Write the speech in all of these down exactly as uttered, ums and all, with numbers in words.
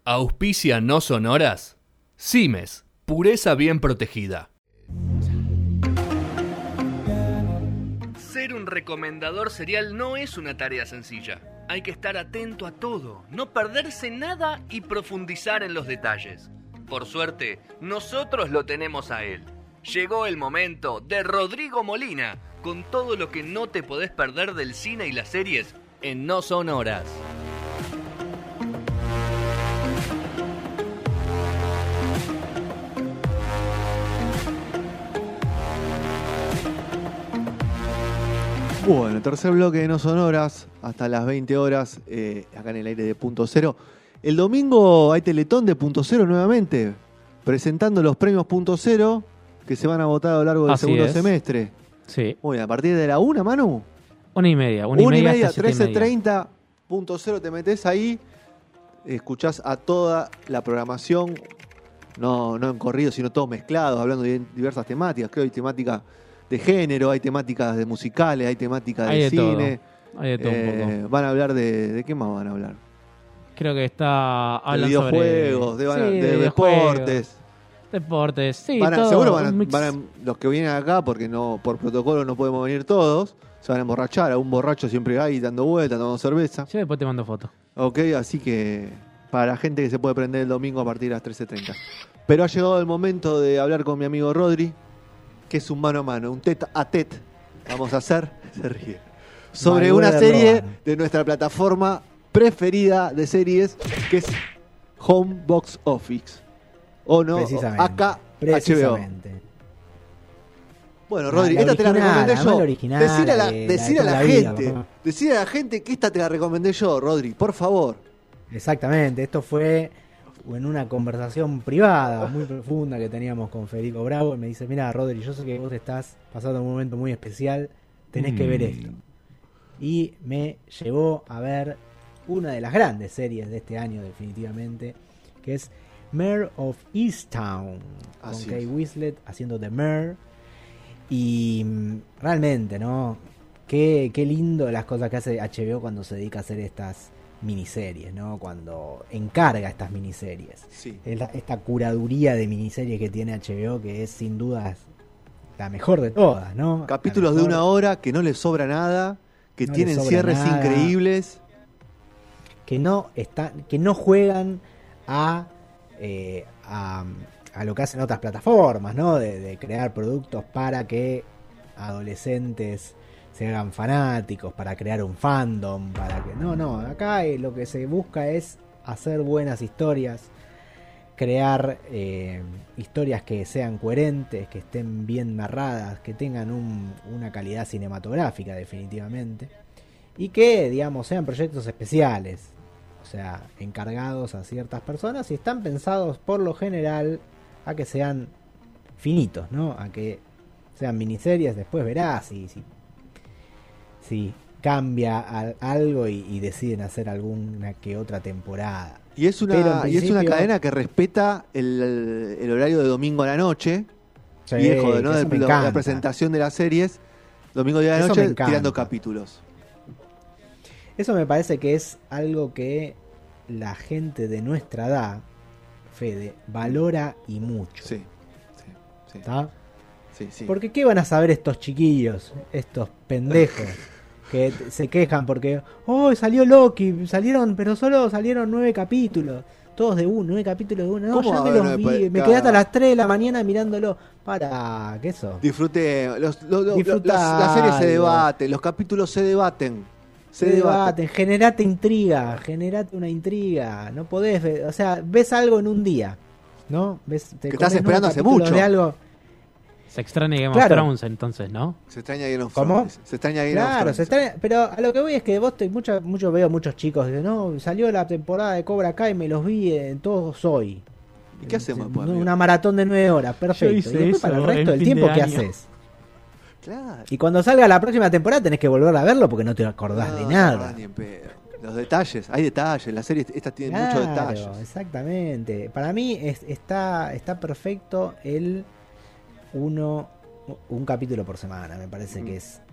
Auspicia no sonoras. Simes, pureza bien protegida. Ser un recomendador serial no es una tarea sencilla. Hay que estar atento a todo, no perderse nada y profundizar en los detalles. Por suerte, nosotros lo tenemos a él. Llegó el momento de Rodrigo Molina, con todo lo que no te podés perder del cine y las series en No Sonoras. Bueno, tercer bloque de No Sonoras, hasta las veinte horas, eh, acá en el aire de Punto Cero. El domingo hay Teletón de Punto Cero nuevamente, presentando los premios Punto Cero que se van a votar a lo largo del Así segundo es. semestre. Sí. Muy bien, a partir de la una, Manu. Una y media. Una, Una y y media, media, hasta siete y trece media. treinta, Punto Cero, te metes ahí, escuchás a toda la programación, no, no en corrido, sino todos mezclados, hablando de diversas temáticas. Creo que hay temática de género, hay temáticas de musicales, hay temáticas de, Hay de cine. todo. Hay de todo Eh, un poco. Van a hablar de... ¿De qué más van a hablar? Creo que está... De hablan videojuegos, sobre... de, van a- Sí, de videojuegos, deportes. Deportes, sí, Van a- todo. seguro van a- un mix. van a- los que vienen acá, porque no por protocolo no podemos venir todos, se van a emborrachar. A un borracho siempre hay dando vueltas, tomando cerveza. Yo después te mando fotos. Ok, así que para la gente que se puede prender el domingo a partir de las trece treinta. Pero ha llegado el momento de hablar con mi amigo Rodri, que es un mano a mano, un tete a tete. Vamos a hacer, se ríe, sobre Manuel una serie Rohan. de nuestra plataforma preferida de series, que es Home Box Office. O no, Precisamente. acá H B O. Precisamente. Bueno, La- Rodri, la esta te la original, recomendé además yo. la original, Decile a la, la de- decile la a de la toda la vida, gente, papá. decile a la gente que esta te la recomendé yo, Rodri, por favor. Exactamente, esto fue en una conversación privada muy profunda que teníamos con Federico Bravo. Y me dice, mira, Rodri, yo sé que vos estás pasando un momento muy especial, tenés que ver esto. Y me llevó a ver una de las grandes series de este año, definitivamente, que es Mare of Easttown, con Así Kate es. Winslet haciendo de Mare. Y mm, realmente, ¿no? Qué, qué lindo las cosas que hace H B O cuando se dedica a hacer estas miniseries, ¿no? Cuando encarga estas miniseries. Sí. Esta, esta curaduría de miniseries que tiene H B O, que es sin dudas la mejor de todas, ¿no? Capítulos La de mejor, una hora que no les sobra nada, que No les tienen sobra cierres nada. increíbles. que no están, que no juegan a, eh, a a lo que hacen otras plataformas, ¿no? De, de crear productos para que adolescentes se hagan fanáticos, para crear un fandom, para que no, no, acá eh, lo que se busca es hacer buenas historias, crear eh, historias que sean coherentes, que estén bien narradas, que tengan un- una calidad cinematográfica definitivamente, y que, digamos, sean proyectos especiales, o sea, encargados a ciertas personas y están pensados por lo general a que sean finitos, ¿no? A que sean miniseries. Después verás si, si, si cambia al- algo y, y deciden hacer alguna que otra temporada. Y es Pero una, en y es una principio- cadena que respeta el, el horario de domingo a la noche, Sí, viejo, que ¿no? eso De- me la encanta. presentación de las series, domingo de la Eso me noche, encanta. tirando capítulos. Eso me parece que es algo que la gente de nuestra edad, Fede, valora y mucho. Sí, sí, sí. ¿Está? sí, sí. Porque ¿qué van a saber estos chiquillos, estos pendejos que t- se quejan porque, oh, salió Loki, salieron, pero solo salieron nueve capítulos, todos de uno, nueve capítulos de uno, no, ¿Cómo ya va a me haber los nueve? vi, Pues, me claro. quedé hasta las tres de la mañana mirándolo, para, ¿qué eso? Disfruté. Los, los- los- Disfrutá las, las series se algo. debaten, los capítulos se debaten. Se debaten, generate intriga, generate una intriga, no podés, ver- o sea, ves algo en un día, ¿no? Ves, te Que estás comes esperando nueve hace capítulos mucho. de algo. Se extraña Game Claro. of Thrones entonces, ¿no? Se extraña Game of ¿Cómo? Thrones. Se extraña Game of Claro, Thrones. se está, pero a lo que voy es que vos te, mucho, mucho veo muchos chicos que no, salió la temporada de Cobra Kai y me los vi en todos hoy. ¿Y qué hacemos después, Una amigo? maratón de nueve horas, perfecto. hice Y después eso para el resto en del fin tiempo, de ¿qué año. haces? Claro. Y cuando salga la próxima temporada tenés que volver a verlo porque no te acordás No, de no, nada. ni en pedo. Los detalles, hay detalles. La serie esta tiene muchos Claro, detalles. exactamente. Para mí es- está, está perfecto el uno un capítulo por semana. Me parece que es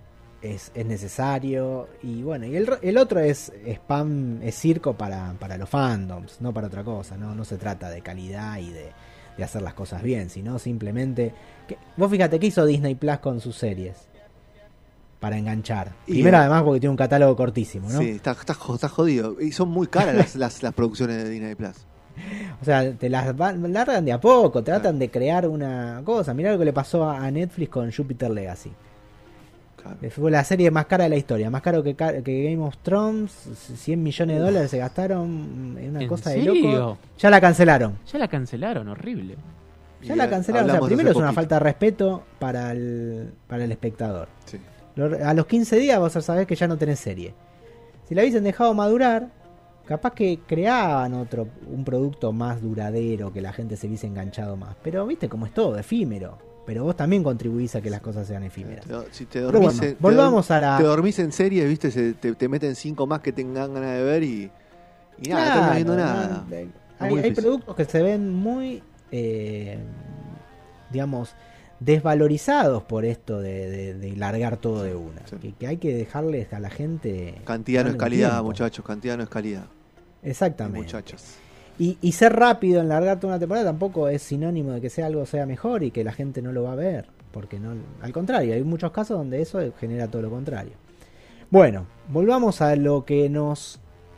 es, es necesario. Y bueno, y el, el otro es spam, es circo para, para los fandoms, no para otra cosa. No, no se trata de calidad y de, de hacer las cosas bien, sino simplemente... Que, vos fíjate, ¿qué hizo Disney Plus con sus series? Para enganchar. Y Primero, eh, además, porque tiene un catálogo cortísimo, ¿no? Sí, está, está, jo- está jodido. Y son muy caras las, las, las producciones de Disney Plus. O sea, te las van, largan de a poco, tratan de crear una cosa. Mirá lo que le pasó a Netflix con Jupiter Legacy. Claro. Fue la serie más cara de la historia, más caro que, que Game of Thrones, cien millones de dólares se gastaron en una ¿En cosa serio? de loco. Ya la cancelaron. Ya la cancelaron, horrible. Ya Y la a- cancelaron. O sea, hablamos primero hace es una poquito. falta de respeto para el, para el espectador. Sí. Lo- A los quince días vos sabés que ya no tenés serie. Si la hubiesen dejado madurar, capaz que creaban otro, un producto más duradero, que la gente se hubiese enganchado más. Pero viste cómo es todo, efímero. Pero vos también contribuís a que las cosas sean efímeras. Te- Si te Pero dormís, bueno, en- te volvamos dor- a la... te dormís en series, viste, se- te, te meten cinco más que tengan ganas de ver y, y nada, no terminás viendo Claro, nada. ¿no? Es Hay, muy hay difícil. productos que se ven muy, eh, digamos, desvalorizados por esto de, de- de largar todo de una. sí. Que, que hay que dejarles a la gente... Cantidad no es darle un calidad, tiempo. muchachos, cantidad no es calidad. Y Exactamente. muchachas. Y, y ser rápido en largar toda una temporada tampoco es sinónimo de que sea algo sea mejor y que la gente no lo va a ver. Porque no, al contrario, hay muchos casos donde eso genera todo lo contrario. Bueno, volvamos a lo que nos,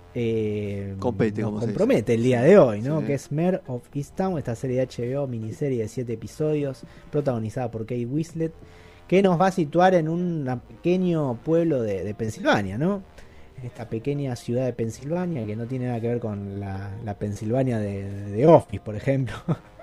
eh, Compete, nos como se compromete el día de hoy, ¿no? Sí. Que es Mare of Easttown, esta serie de H B O, miniserie de siete episodios, protagonizada por Kate Winslet, que nos va a situar en un pequeño pueblo de, de Pensilvania, ¿no? Esta pequeña ciudad de Pensilvania que no tiene nada que ver con la, la Pensilvania de, de Office, por ejemplo.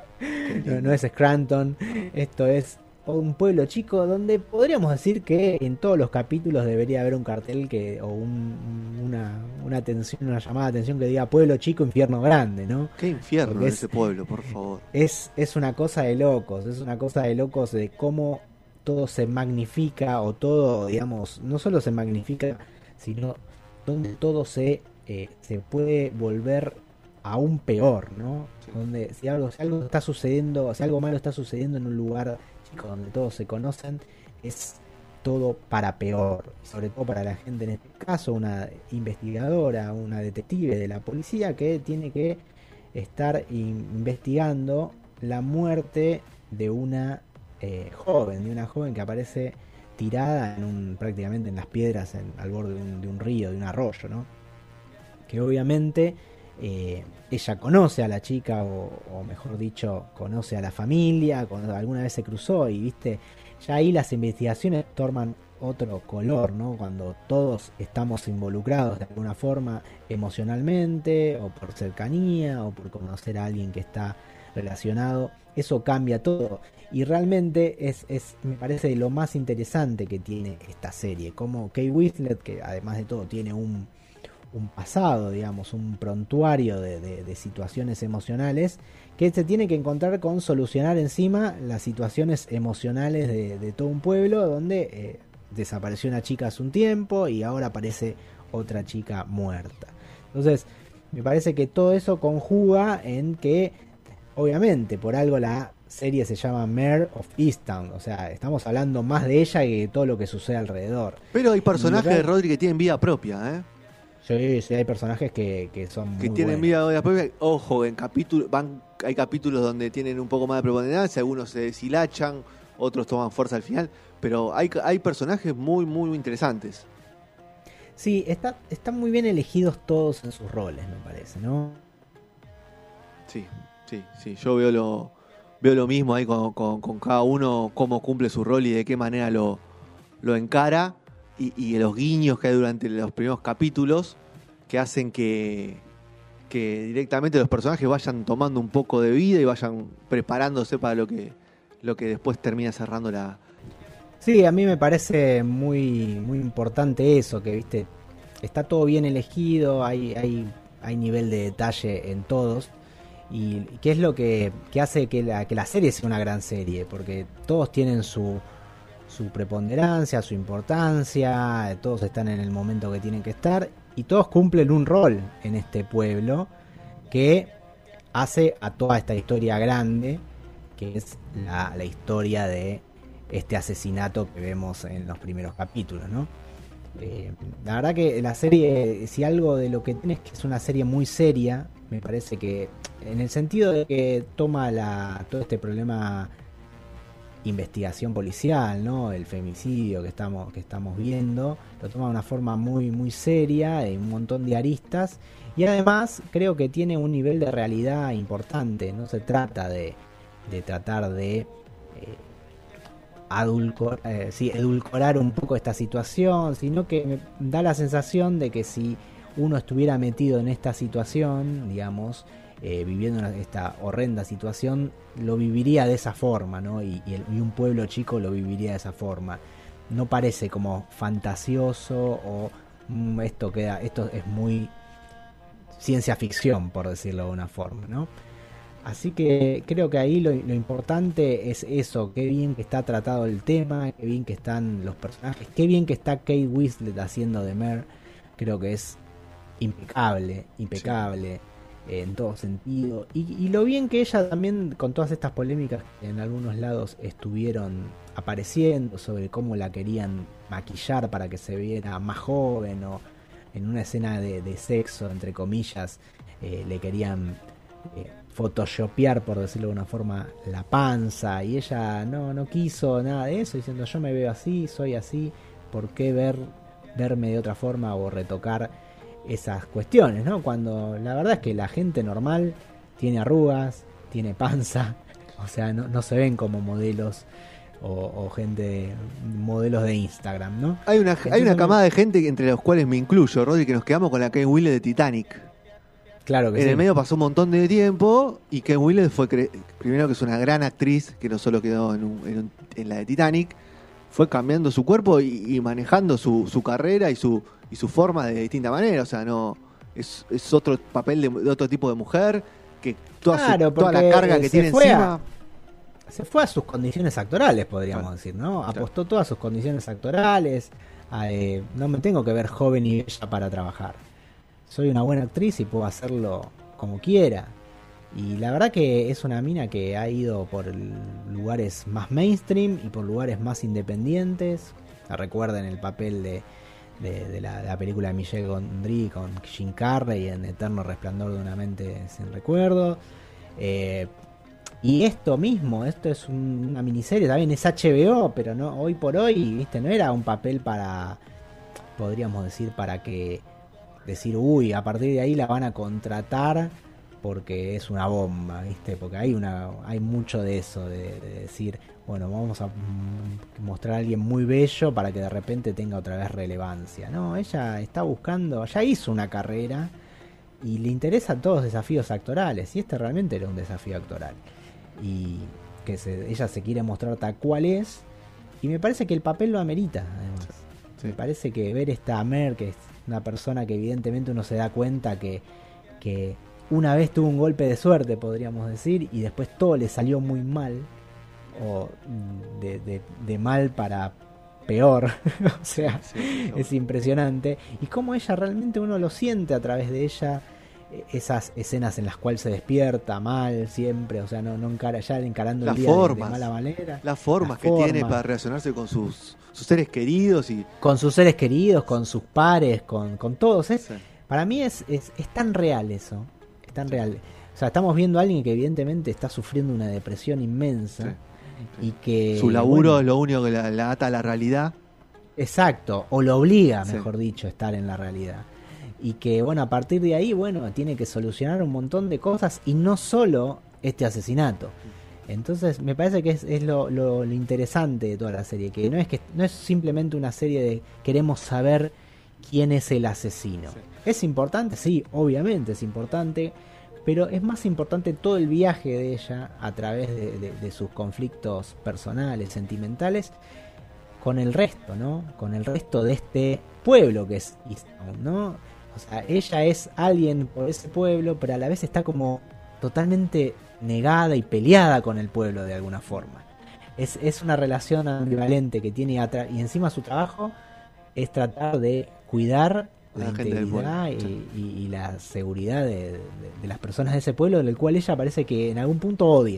no, no es Scranton, esto es un pueblo chico donde podríamos decir que en todos los capítulos debería haber un cartel que o un, una, una atención, una llamada de atención que diga pueblo chico, infierno grande, ¿no? Qué infierno Porque en es- ese pueblo, por favor. Es, es una cosa de locos, es una cosa de locos de cómo todo se magnifica o todo, digamos, no solo se magnifica, sino donde todo se, eh, se puede volver aún peor, ¿no? Sí. Donde si algo, si algo está sucediendo, si algo malo está sucediendo en un lugar chico donde todos se conocen, es todo para peor, sobre todo para la gente, en este caso una investigadora, una detective de la policía que tiene que estar in- investigando la muerte de una eh, joven, de una joven que aparece tirada en un, prácticamente en las piedras en, al borde de un, de un río, de un arroyo, ¿no? Que obviamente eh, ella conoce a la chica, o, o mejor dicho, conoce a la familia, cuando alguna vez se cruzó y viste, ya ahí las investigaciones toman otro color, ¿no? Cuando todos estamos involucrados de alguna forma emocionalmente, o por cercanía, o por conocer a alguien que está relacionado, eso cambia todo. Y realmente es, es me parece lo más interesante que tiene esta serie, como Kate Winslet, que además de todo tiene un, un pasado, digamos, un prontuario de, de, de situaciones emocionales, que se tiene que encontrar con solucionar encima las situaciones emocionales de, de todo un pueblo, donde eh, desapareció una chica hace un tiempo y ahora aparece otra chica muerta. Entonces, me parece que todo eso conjuga en que, obviamente, por algo la serie se llama Mare of Easttown, o sea, estamos hablando más de ella que de todo lo que sucede alrededor. Pero hay personajes Y- de Rodri que tienen vida propia, ¿eh? Sí, sí, hay personajes que, que son Que muy tienen buenos. vida propia. Ojo, en capítulos van, hay capítulos donde tienen un poco más de preponderancia, algunos se deshilachan, otros toman fuerza al final, pero hay, hay personajes muy, muy interesantes. Sí, está, están muy bien elegidos todos en sus roles, me parece, ¿no? Sí, sí, sí. Yo veo lo, veo lo mismo ahí con, con, con cada uno, cómo cumple su rol y de qué manera lo, lo encara. Y, y los guiños que hay durante los primeros capítulos que hacen que, que directamente los personajes vayan tomando un poco de vida y vayan preparándose para lo que, lo que después termina cerrando la... Sí, a mí me parece muy, muy importante eso, que viste, está todo bien elegido, hay, hay, hay nivel de detalle en todos. Y qué es lo que, que hace que la, que la serie sea una gran serie, porque todos tienen su, su preponderancia, su importancia, todos están en el momento que tienen que estar y todos cumplen un rol en este pueblo que hace a toda esta historia grande, que es la, la historia de este asesinato que vemos en los primeros capítulos, ¿no? Eh, la verdad que la serie, si algo de lo que tiene es que es una serie muy seria, me parece que en el sentido de que toma la, todo este problema investigación policial, ¿no? El femicidio que estamos, que estamos viendo, lo toma de una forma muy, muy seria, de un montón de aristas, y además creo que tiene un nivel de realidad importante. No se trata de, de tratar de eh, adulcor, eh, sí, edulcorar un poco esta situación, sino que me da la sensación de que si uno estuviera metido en esta situación, digamos, eh, viviendo esta horrenda situación, lo viviría de esa forma, ¿no? Y, y, el, y un pueblo chico lo viviría de esa forma. No parece como fantasioso o mm, esto queda, esto es muy ciencia ficción, por decirlo de una forma, ¿no? Así que creo que ahí lo, lo importante es eso, qué bien que está tratado el tema, qué bien que están los personajes, qué bien que está Kate Winslet haciendo de Mare. Creo que es impecable, impecable. Sí. En todo sentido, y, y lo bien que ella también, con todas estas polémicas que en algunos lados estuvieron apareciendo sobre cómo la querían maquillar para que se viera más joven, o en una escena de, de sexo, entre comillas, eh, le querían eh, photoshopear, por decirlo de una forma, la panza, y ella no, no quiso nada de eso, diciendo yo me veo así, soy así, ¿por qué ver, verme de otra forma o retocar esas cuestiones, ¿no? Cuando la verdad es que la gente normal tiene arrugas, tiene panza, o sea, no, no se ven como modelos o, o gente, modelos de Instagram, ¿no? Hay una, Entonces, hay una camada de gente entre los cuales me incluyo, Rodri, que nos quedamos con la Kate Winslet de Titanic. Claro que en sí. el medio pasó un montón de tiempo y Kate Winslet fue, cre- primero que es una gran actriz, que no solo quedó en, un, en, un, en la de Titanic, fue cambiando su cuerpo y, y manejando su, su carrera y su y su forma de distinta manera, o sea, no es, es otro papel de, de otro tipo de mujer, que toda, claro, su, toda la carga que tiene encima... A, se fue a sus condiciones actorales, podríamos claro. decir, ¿no? Claro. Apostó todas sus condiciones actorales, a, eh, no me tengo que ver joven y bella para trabajar. Soy una buena actriz y puedo hacerlo como quiera. Y la verdad que es una mina que ha ido por lugares más mainstream y por lugares más independientes. Recuerden el papel de De, de, la, de la película de Michel Gondry con Jim Carrey en Eterno Resplandor de una mente sin recuerdo, eh, y esto mismo, esto es un, una miniserie, también es H B O, pero no hoy por hoy, viste, no era un papel para, podríamos decir, para que decir, uy, a partir de ahí la van a contratar porque es una bomba, viste, porque hay una hay mucho de eso, de, de decir, bueno, vamos a mostrar a alguien muy bello para que de repente tenga otra vez relevancia. No, ella está buscando, ya hizo una carrera y le interesan todos los desafíos actorales, y este realmente era un desafío actoral, y que se, ella se quiere mostrar tal cual es, y me parece que el papel lo amerita, además. Sí. Me parece que ver esta Mare, que es una persona que evidentemente uno se da cuenta que, que una vez tuvo un golpe de suerte, podríamos decir, y después todo le salió muy mal, o de, de, de mal para peor, o sea, sí, no. Es impresionante, y cómo ella realmente uno lo siente a través de ella, esas escenas en las cuales se despierta mal siempre, o sea, no, no encara, ya encarando las el día formas, de, de mala manera, las formas las que formas. tiene para relacionarse con sus, sus seres queridos y con sus seres queridos, con sus pares, con, con todos, ¿eh? Sí. Para mí es, es, es tan real eso, es tan real, o sea, estamos viendo a alguien que evidentemente está sufriendo una depresión inmensa. Sí. Y que su laburo bueno, es lo único que la, la ata a la realidad. Exacto, o lo obliga, mejor sí. dicho, a estar en la realidad. Y que bueno, a partir de ahí, bueno, tiene que solucionar un montón de cosas y no solo este asesinato. Entonces me parece que es, es lo, lo, lo interesante de toda la serie, que no es que no es simplemente una serie de queremos saber quién es el asesino. Sí. ¿Es importante? Sí, obviamente es importante. Pero es más importante todo el viaje de ella a través de, de, de sus conflictos personales, sentimentales, con el resto, ¿no? Con el resto de este pueblo que es Easttown, ¿no? O sea, ella es alguien por ese pueblo, pero a la vez está como totalmente negada y peleada con el pueblo de alguna forma. Es, es una relación ambivalente que tiene atra- y encima su trabajo es tratar de cuidar la, la integridad y, sí. y, y la seguridad de, de, de las personas de ese pueblo, del cual ella parece que en algún punto odia.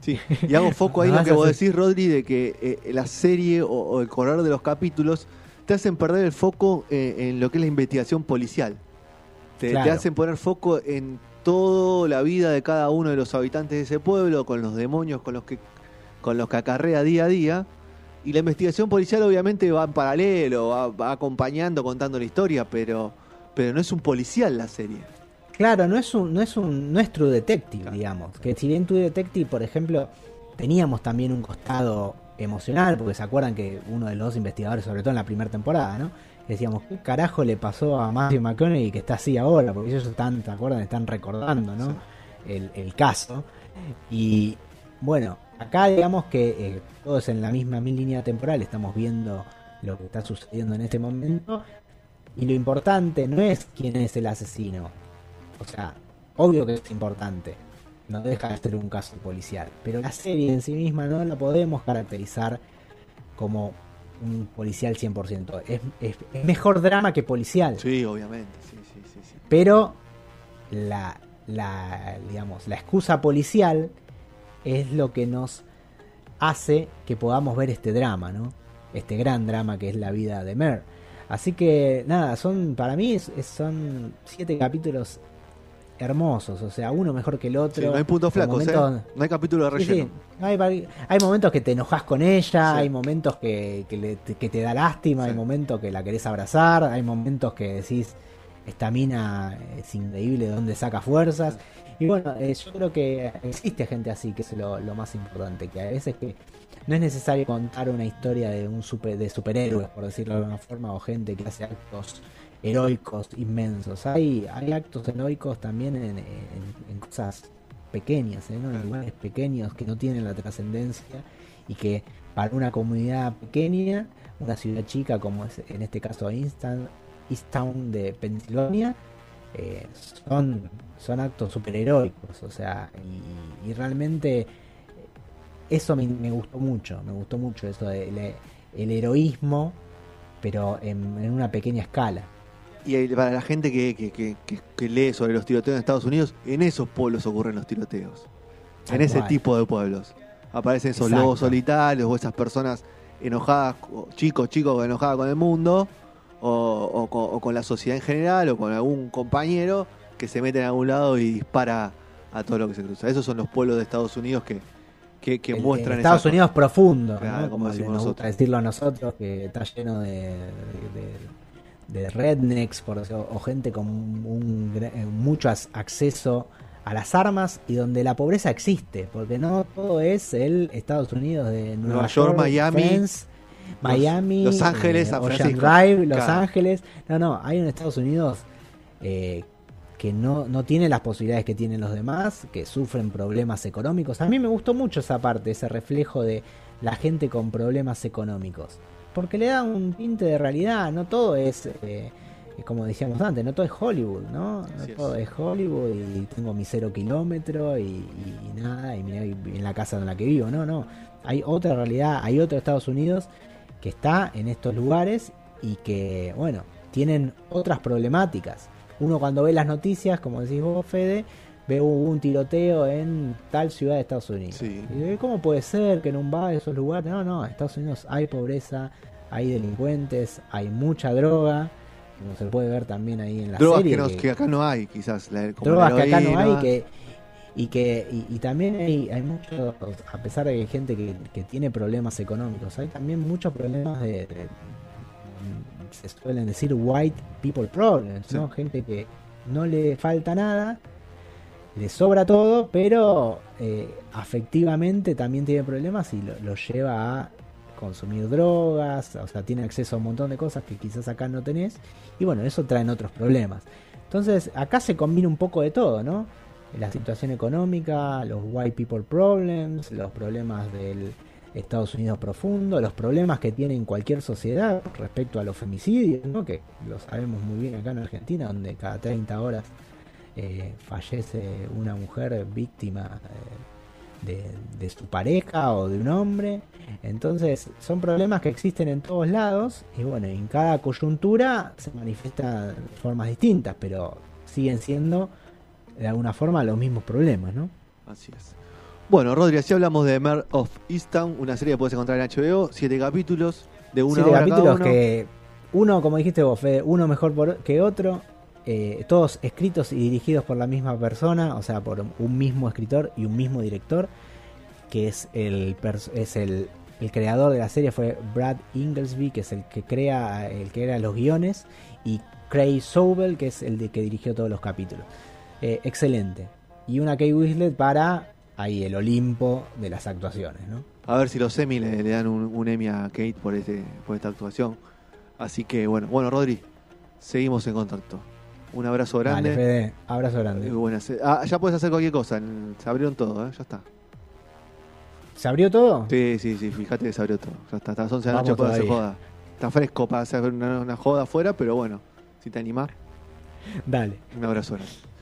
Sí, y hago foco ahí en No lo vas que a vos hacer- decís, Rodri, de que eh, la serie o, o el correr de los capítulos te hacen perder el foco eh, en lo que es la investigación policial. Te, Claro. te hacen poner foco en toda la vida de cada uno de los habitantes de ese pueblo, con los demonios con los que, con los que acarrea día a día. Y la investigación policial obviamente va en paralelo, va, va acompañando, contando la historia, pero, pero no es un policial la serie. Claro, no es un, no es un, no es True Detective, Claro. digamos. Que si bien True Detective, por ejemplo, teníamos también un costado emocional, porque se acuerdan que uno de los dos investigadores, sobre todo en la primera temporada, ¿no? Decíamos, ¿qué carajo le pasó a Matthew McConaughey que está así ahora? Porque ellos están, ¿se acuerdan? Están recordando, ¿no? Sí. El, el caso. Y bueno, acá digamos que eh, todos en la misma línea temporal estamos viendo lo que está sucediendo en este momento. Y lo importante no es quién es el asesino. O sea, obvio que es importante. No deja de ser un caso policial. Pero la serie en sí misma no la podemos caracterizar como un policial cien por ciento. Es, es, es mejor drama que policial. Sí, obviamente, sí, sí, sí, sí. Pero la, la, digamos, la excusa policial es lo que nos hace que podamos ver este drama, ¿no? Este gran drama que es la vida de Mer. Así que nada, son para mí es- es- son siete capítulos hermosos, o sea, uno mejor que el otro. Sí, no hay puntos Por flacos, momentos- ¿eh? No hay capítulo de Sí, relleno. sí. Hay, hay momentos que te enojas con ella, Sí. hay momentos que, que, le- que te da lástima, Sí. hay momentos que la querés abrazar, hay momentos que decís, esta mina es increíble de dónde saca fuerzas. Y bueno, eh, yo creo que existe gente así, que es lo, lo más importante, que a veces que no es necesario contar una historia de un super, de superhéroes, por decirlo de alguna forma, o gente que hace actos heroicos inmensos. Hay, hay actos heroicos también en, en- en cosas pequeñas, ¿eh? ¿no? En lugares pequeños que no tienen la trascendencia y que para una comunidad pequeña, una ciudad chica como es en este caso Easton, Easttown de Pensilvania, eh, son, son actos superheroicos, o sea, y, y realmente eso me, me gustó mucho, me gustó mucho eso de le- el heroísmo, pero en, en una pequeña escala. Y ahí, para la gente que, que, que, que- que lee sobre los tiroteos en Estados Unidos, en esos pueblos ocurren los tiroteos. Tal En ese cual. tipo de pueblos. Aparecen esos Exacto. lobos solitarios o esas personas enojadas, o chicos, chicos enojadas con el mundo, o, o con, o con la sociedad en general, o con algún compañero que se mete en algún lado y dispara a todo lo que se cruza. Esos son los pueblos de Estados Unidos que, que, que El- muestran el Estados esa- Unidos profundo, Claro, ¿no? como Como decimos le- nos gusta nosotros. decirlo a nosotros, que está lleno de, de, de rednecks por, o, o gente con un, gra- eh, mucho as- acceso a las armas y donde la pobreza existe, porque no todo es el Estados Unidos de Nueva, Nueva York, Miami, Friends, Miami, Los Ángeles, eh, San Ocean Francisco. Drive, Los Claro. Ángeles. No, no, hay un Estados Unidos eh, que no, no tiene las posibilidades que tienen los demás, que sufren problemas económicos. A mí me gustó mucho esa parte, ese reflejo de la gente con problemas económicos, porque le da un tinte de realidad. No todo es, eh, como decíamos antes, no todo es Hollywood, ¿no? No Así es. todo es Hollywood y tengo mi cero kilómetro y, y- y nada, y mirá, y en la casa en la que vivo. No, no. Hay otra realidad, hay otro Estados Unidos que está en estos lugares y que, bueno, tienen otras problemáticas. Uno cuando ve las noticias, como decís vos, Fede, ve hubo un tiroteo en tal ciudad de Estados Unidos. Sí. Y dice, ¿cómo puede ser que en un bar de esos lugares? No, no, en Estados Unidos hay pobreza, hay delincuentes, hay mucha droga, como se puede ver también ahí en la Drogas serie. que, nos- que- que acá no hay, quizás. La, como drogas la que acá no hay heroína. que y que y, y también hay, hay muchos, a pesar de que hay gente que, que tiene problemas económicos, hay también muchos problemas de, de- se suelen decir white people problems, ¿no? Sí. Gente que no le falta nada, le sobra todo, pero eh, afectivamente también tiene problemas y lo, lo lleva a consumir drogas, o sea, tiene acceso a un montón de cosas que quizás acá no tenés, y bueno, eso traen otros problemas. Entonces, acá se combina un poco de todo, ¿no? La situación económica, los white people problems, los problemas del Estados Unidos profundo, los problemas que tiene en cualquier sociedad respecto a los femicidios, ¿no? Que lo sabemos muy bien acá en Argentina, donde cada treinta horas eh, fallece una mujer víctima eh, de, de su pareja o de un hombre. Entonces son problemas que existen en todos lados y bueno, en cada coyuntura se manifiestan de formas distintas, pero siguen siendo de alguna forma los mismos problemas, ¿no? Así es. Bueno, Rodri, así hablamos de Mare of Easttown, una serie que puedes encontrar en H B O, siete capítulos, de una Siete hora capítulos cada uno. que uno, como dijiste vos, Fede, uno mejor por- que otro, eh, todos escritos y dirigidos por la misma persona, o sea, por un mismo escritor y un mismo director, que es el pers- es el, el creador de la serie, fue Brad Inglesby, que es el que crea el que era los guiones, y Craig Sobel, que es el de que dirigió todos los capítulos. Eh, excelente. Y una Kate Winslet para ahí el Olimpo de las actuaciones, ¿no? A ver si los Emmy le, le dan un, un Emmy a Kate por este por esta actuación. Así que bueno, bueno Rodri, seguimos en contacto. Un abrazo grande. Dale, Fede, abrazo Eh, grande. bueno, se- ah, ya puedes hacer cualquier cosa. en- Se abrieron todo, ¿eh? Ya está. ¿Se abrió todo? Sí, sí, sí, fíjate que se abrió todo. Ya está, hasta las once de la Vamos noche puedes hacer todavía. joda. Está fresco para hacer una, una joda afuera, pero bueno, si te animás, Dale. un abrazo grande.